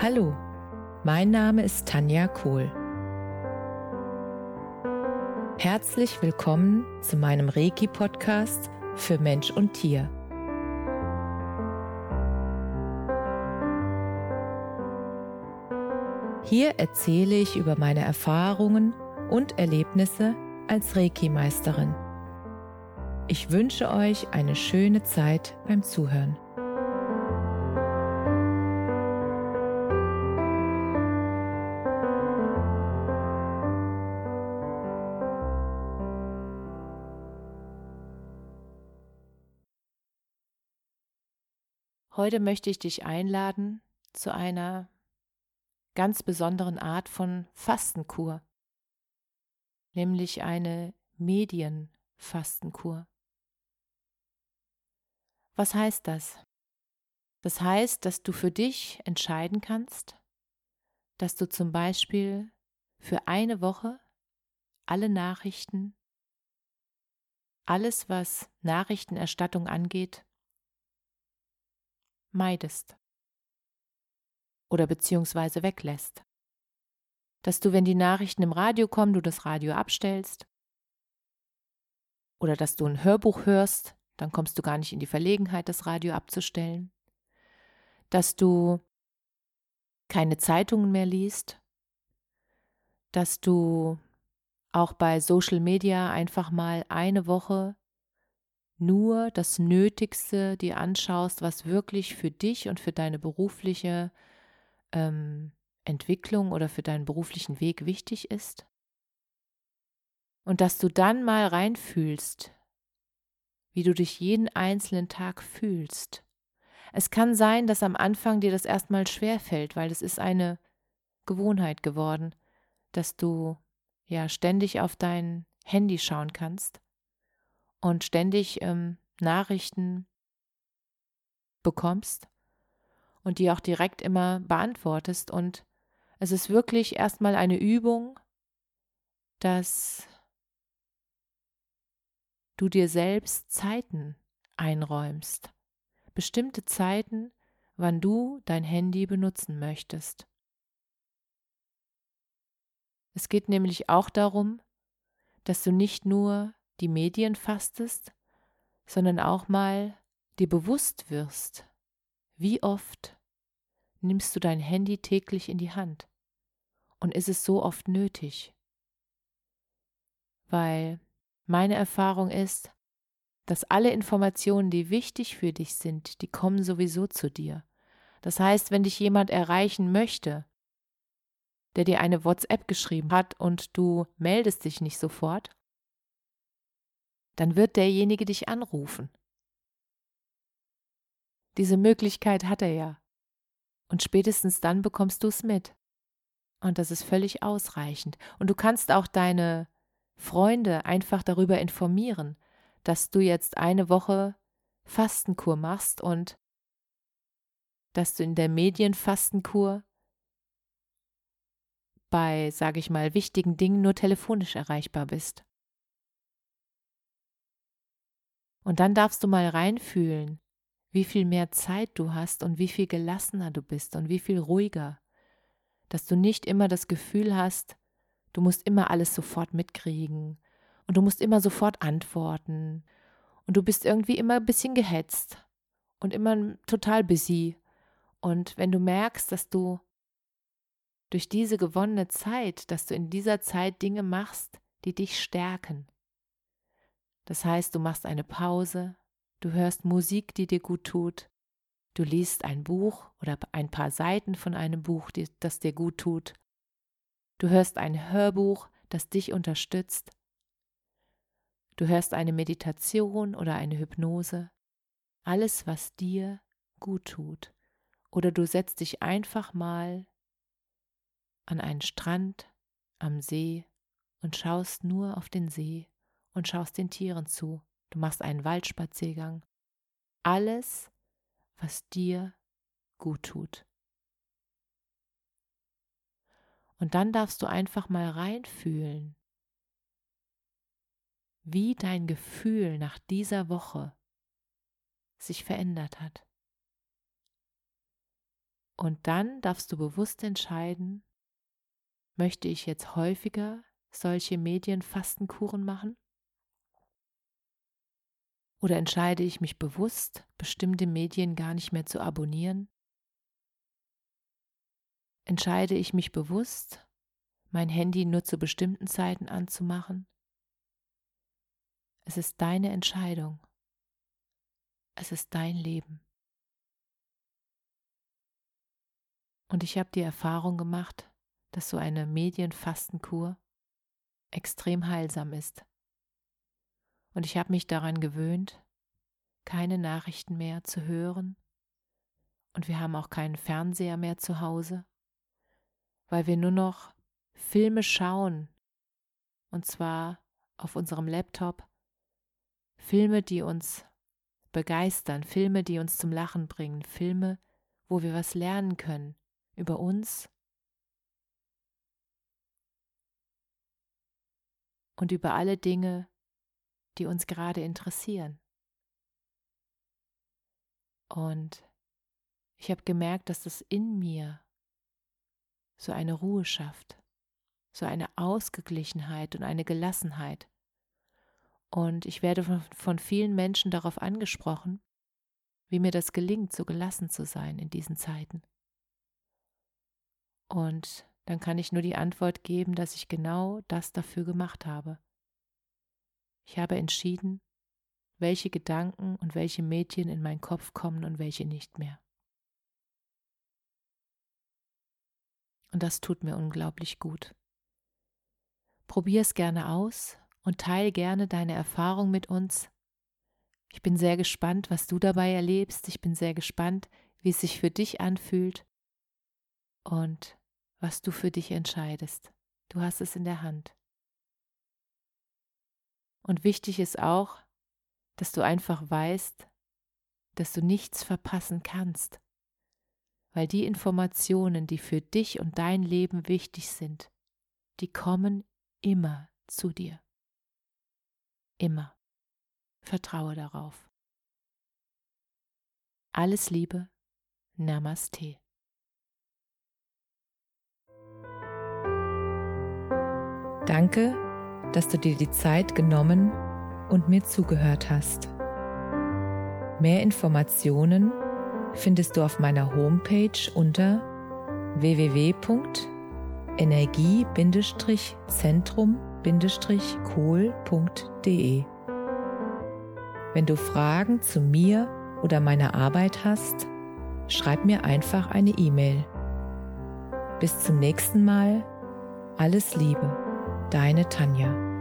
Hallo, mein Name ist Tanja Kohl. Herzlich willkommen zu meinem Reiki-Podcast für Mensch und Tier. Hier erzähle ich über meine Erfahrungen und Erlebnisse als Reiki-Meisterin. Ich wünsche euch eine schöne Zeit beim Zuhören. Heute möchte ich dich einladen zu einer ganz besonderen Art von Fastenkur, nämlich eine Medienfastenkur. Was heißt das? Das heißt, dass du für dich entscheiden kannst, dass du zum Beispiel für eine Woche alle Nachrichten, alles was Nachrichtenerstattung angeht, meidest oder beziehungsweise weglässt. Dass du, wenn die Nachrichten im Radio kommen, du das Radio abstellst oder dass du ein Hörbuch hörst, dann kommst du gar nicht in die Verlegenheit, das Radio abzustellen. Dass du keine Zeitungen mehr liest, dass du auch bei Social Media einfach mal eine Woche nur das Nötigste dir anschaust, was wirklich für dich und für deine berufliche Entwicklung oder für deinen beruflichen Weg wichtig ist. Und dass du dann mal reinfühlst, wie du dich jeden einzelnen Tag fühlst. Es kann sein, dass am Anfang dir das erstmal schwerfällt, weil es ist eine Gewohnheit geworden, dass du ja ständig auf dein Handy schauen kannst und ständig Nachrichten bekommst und die auch direkt immer beantwortest. Und es ist wirklich erstmal eine Übung, dass du dir selbst Zeiten einräumst. Bestimmte Zeiten, wann du dein Handy benutzen möchtest. Es geht nämlich auch darum, dass du nicht nur die Medien fastest, sondern auch mal dir bewusst wirst, wie oft nimmst du dein Handy täglich in die Hand und ist es so oft nötig? Weil meine Erfahrung ist, dass alle Informationen, die wichtig für dich sind, die kommen sowieso zu dir. Das heißt, wenn dich jemand erreichen möchte, der dir eine WhatsApp geschrieben hat und du meldest dich nicht sofort, dann wird derjenige dich anrufen. Diese Möglichkeit hat er ja. Und spätestens dann bekommst du es mit. Und das ist völlig ausreichend. Und du kannst auch deine Freunde einfach darüber informieren, dass du jetzt eine Woche Fastenkur machst und dass du in der Medienfastenkur bei, sage ich mal, wichtigen Dingen nur telefonisch erreichbar bist. Und dann darfst du mal reinfühlen, wie viel mehr Zeit du hast und wie viel gelassener du bist und wie viel ruhiger, dass du nicht immer das Gefühl hast, du musst immer alles sofort mitkriegen und du musst immer sofort antworten und du bist irgendwie immer ein bisschen gehetzt und immer total busy. Und wenn du merkst, dass du durch diese gewonnene Zeit, dass du in dieser Zeit Dinge machst, die dich stärken. Das heißt, du machst eine Pause, du hörst Musik, die dir gut tut, du liest ein Buch oder ein paar Seiten von einem Buch, das dir gut tut. Du hörst ein Hörbuch, das dich unterstützt. Du hörst eine Meditation oder eine Hypnose. Alles, was dir gut tut. Oder du setzt dich einfach mal an einen Strand, am See und schaust nur auf den See und schaust den Tieren zu. Du machst einen Waldspaziergang. Alles, was dir gut tut. Und dann darfst du einfach mal reinfühlen, wie dein Gefühl nach dieser Woche sich verändert hat. Und dann darfst du bewusst entscheiden, möchte ich jetzt häufiger solche Medienfastenkuren machen? Oder entscheide ich mich bewusst, bestimmte Medien gar nicht mehr zu abonnieren? Entscheide ich mich bewusst, mein Handy nur zu bestimmten Zeiten anzumachen? Es ist deine Entscheidung. Es ist dein Leben. Und ich habe die Erfahrung gemacht, dass so eine Medienfastenkur extrem heilsam ist. Und ich habe mich daran gewöhnt, keine Nachrichten mehr zu hören. Und wir haben auch keinen Fernseher mehr zu Hause, weil wir nur noch Filme schauen, und zwar auf unserem Laptop. Filme, die uns begeistern, Filme, die uns zum Lachen bringen, Filme, wo wir was lernen können über uns und über alle Dinge, die uns gerade interessieren. Und ich habe gemerkt, dass das in mir so eine Ruhe schafft, so eine Ausgeglichenheit und eine Gelassenheit. Und ich werde von vielen Menschen darauf angesprochen, wie mir das gelingt, so gelassen zu sein in diesen Zeiten. Und dann kann ich nur die Antwort geben, dass ich genau das dafür gemacht habe. Ich habe entschieden, welche Gedanken und welche Medien in meinen Kopf kommen und welche nicht mehr. Und das tut mir unglaublich gut. Probier es gerne aus und teile gerne deine Erfahrung mit uns. Ich bin sehr gespannt, was du dabei erlebst. Ich bin sehr gespannt, wie es sich für dich anfühlt und was du für dich entscheidest. Du hast es in der Hand. Und wichtig ist auch, dass du einfach weißt, dass du nichts verpassen kannst, weil die Informationen, die für dich und dein Leben wichtig sind, die kommen immer zu dir. Immer. Vertraue darauf. Alles Liebe, Namaste. Danke, dass du dir die Zeit genommen und mir zugehört hast. Mehr Informationen findest du auf meiner Homepage unter www.energie-zentrum-kohl.de. Wenn du Fragen zu mir oder meiner Arbeit hast, schreib mir einfach eine E-Mail. Bis zum nächsten Mal. Alles Liebe, deine Tanja.